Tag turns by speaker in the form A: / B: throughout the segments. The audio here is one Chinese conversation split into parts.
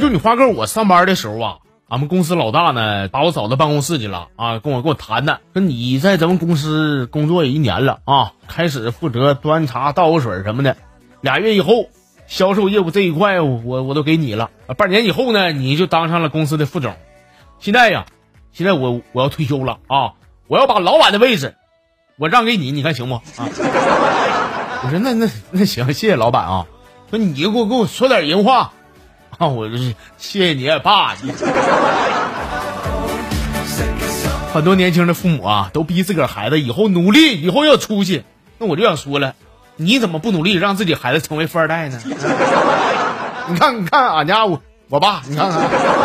A: 就你花哥，我上班的时候啊，俺们公司老大呢把我找到办公室去了啊，跟我谈谈，说你在咱们公司工作也1年了啊，开始负责端茶倒口水什么的，2月以后销售业务这一块我都给你了，半年以后呢你就当上了公司的副总。现在我要退休了啊，我要把老板的位置我让给你，你看行不啊？我说那行，谢谢老板啊。说你给我说点人话啊，我就是谢谢你爸。很多年轻的父母啊，都逼自个儿孩子以后努力，以后要出息。那我就想说了，你怎么不努力让自己孩子成为富二代呢？你看俺家我爸，你看看，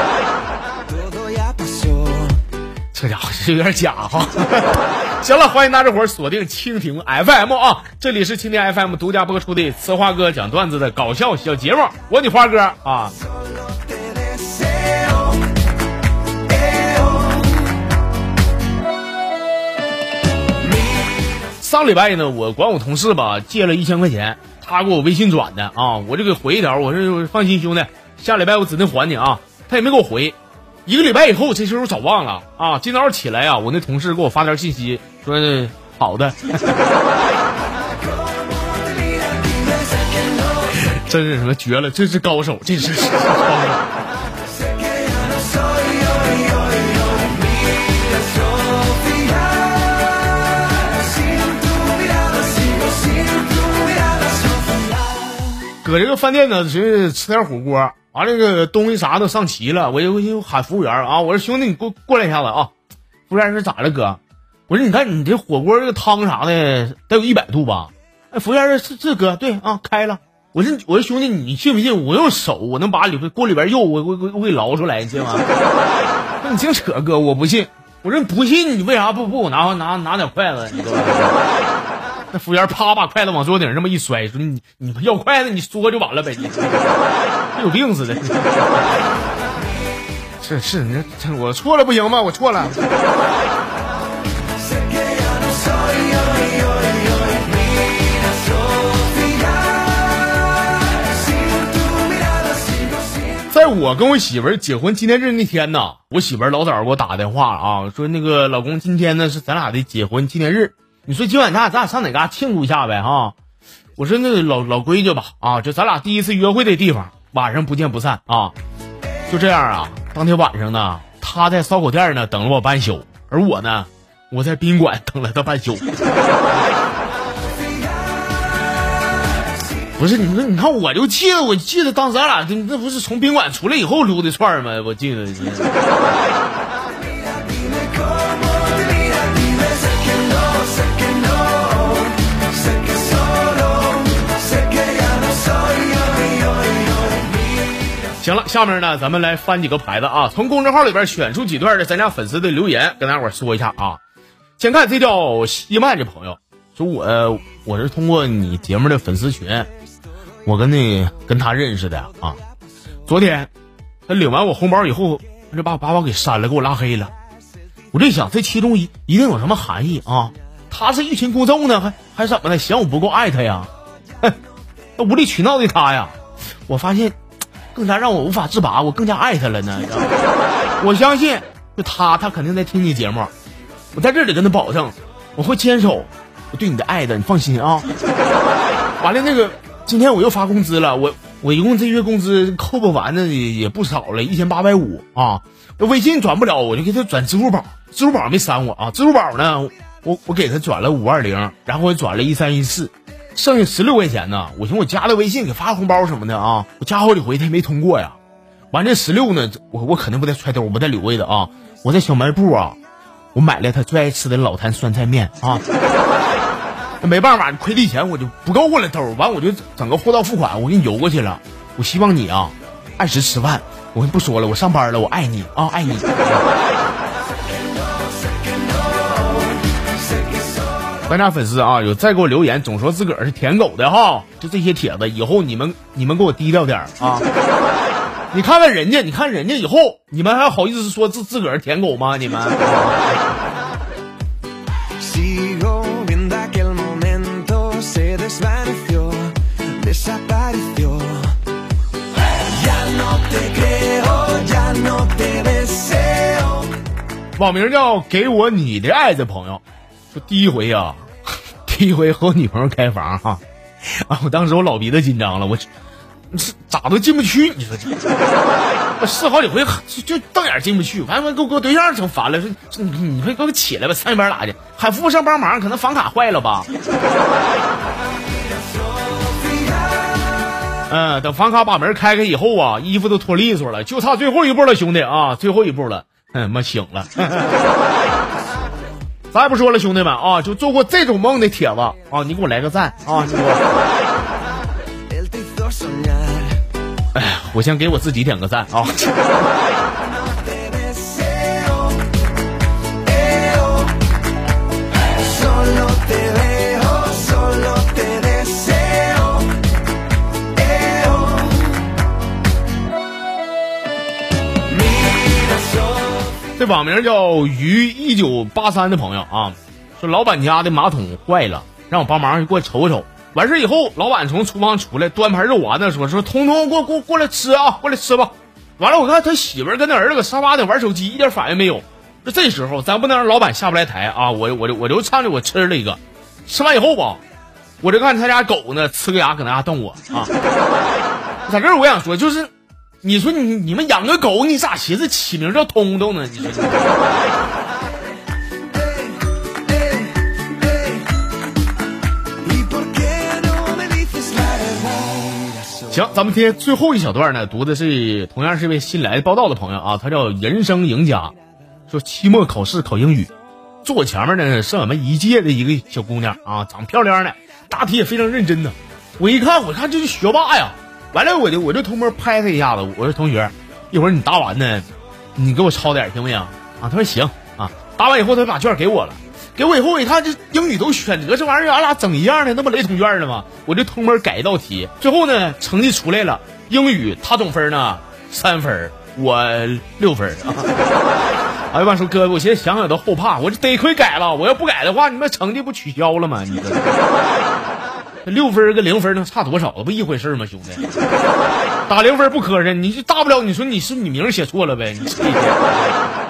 A: 这家伙是有点假哈。行了，欢迎大家伙儿锁定蜻蜓 FM 啊，这里是蜻蜓 FM 独家播出的呲花哥讲段子的搞笑小节目，我你花哥啊。上礼拜呢，我管我同事吧借了1000块钱，他给我微信转的啊，我就给回一条，我说放心兄弟，下礼拜我指定还你啊，他也没给我回。1个礼拜以后，这事我早忘了啊！今早起来啊，我那同事给我发条信息说好的，真是什么绝了，这是高手，这是高手。搁这个饭店呢，是吃点火锅。完这个东西啥都上齐了，我就喊服务员啊，我说兄弟你过来一下子啊。服务员说咋了哥？我说你看你这火锅这个汤啥的得有100度吧？哎，服务员说是哥，对啊，开了。我说兄弟你信不信我用手我能把锅里边肉我给捞出来，你信吗？说你净扯哥，我不信。我说你不信你为啥不拿点筷子？你那服务员啪把筷子往桌顶这么一摔，说你要筷子你说就完了呗，你有病似的。是你这我错了不行吗？我错了。在我跟我媳妇儿结婚纪念日那天呢，我媳妇儿老早给我打电话啊，说那个老公今天呢是咱俩的结婚纪念日，你说今晚咱俩上哪嘎庆祝一下呗哈？我说那老规矩吧啊，就咱俩第一次约会的地方，晚上不见不散啊。就这样啊，当天晚上呢，他在烧烤店呢等了我半宿，而我呢，我在宾馆等了他半宿。不是你说，你看我记得当时咱俩那不是从宾馆出来以后撸的串吗？我记得。行了，下面呢咱们来翻几个牌子啊，从公众号里边选出几段的咱家粉丝的留言跟大伙说一下啊。先看这叫西曼这朋友说，我是通过你节目的粉丝群，我跟他认识的啊。昨天他领完我红包以后，他就把我给删了，给我拉黑了。我这想这其中一定有什么含义啊？他是欲擒故纵呢，还怎么的？嫌我不够爱他呀？那无理取闹的他呀，我发现更加让我无法自拔，我更加爱他了呢。我相信就他肯定在听你节目，我在这里跟他保证，我会坚守我对你的爱的，你放心啊。完了那个今天我又发工资了，我一共这月工资扣不完的也不少了，1850啊。微信转不了，我就给他转支付宝，支付宝没删我啊。支付宝呢，我给他转了520，然后我转了1314，剩下16块钱呢。我寻我加了微信给发红包什么的啊，我加好几回他也没通过呀。完这16呢，我肯定不带揣兜，我不带留下的啊。我在小卖部啊，我买了他最爱吃的老坛酸菜面啊。没办法，亏的钱我就不够了兜，完我就整个货到付款，我给你邮过去了。我希望你啊按时吃饭。我不说了，我上班了，我爱你啊，爱你。咱家粉丝啊，有再给我留言，总说自个儿是舔狗的哈，就这些帖子，以后你们给我低调点啊！你看看人家，以后你们还好意思说自个儿舔狗吗？你们？ 网名叫给我你的爱的朋友说，第一回啊，第一回和我女朋友开房哈，我当时我老鼻子紧张了，我咋都进不去，你说这，我试好几回就瞪眼进不去，完给我对象整烦了，说你快给我起来吧，上一边拉去，喊服务生帮忙，可能房卡坏了吧。等房卡把门开开以后啊，衣服都脱利索了，就差最后一步了，兄弟啊，最后一步了，妈醒了。咱也不说了，兄弟们啊，就做过这种梦的帖子啊，你给我来个赞啊！哎呀，我先给我自己点个赞啊！这网名叫于1983的朋友啊，说老板家的马桶坏了，让我帮忙过来瞅瞅。完事以后，老板从厨房出来，端盘肉丸子，说通通过来吃啊，过来吃吧。完了，我看他媳妇儿跟他儿子搁沙发顶玩手机，一点反应没有。这时候咱不能让老板下不来台啊！我就唱着我吃了一个，吃完以后吧，我就看他家狗呢，呲个牙搁那家瞪我啊。在这儿我想说，就是你说你们养个狗，你咋寻思起名叫通通呢？你说。行，咱们今天最后一小段呢，读的是同样是一位新来报道的朋友啊，他叫人生赢家，说期末考试考英语，坐我前面呢是我们一届的一个小姑娘啊，长漂亮的，答题也非常认真的。我一看这是学霸呀，完了我就偷摸拍他一下子，我说同学，一会儿你答完呢，你给我抄点行不行啊？他说行啊，答完以后他把卷给我了。给我以后我一看，这英语都选择这玩意儿，俺俩整一样的，那不雷同卷的吗？我就偷摸改一道题，最后呢，成绩出来了，英语他总分呢3分，我6分。哎呀妈，说哥，我现在想想都后怕，我这得亏改了，我要不改的话，你们成绩不取消了吗？你说6分跟0分能差多少？不一回事吗，兄弟？打0分不磕碜，你就大不了你说你是你名写错了呗，你这一天。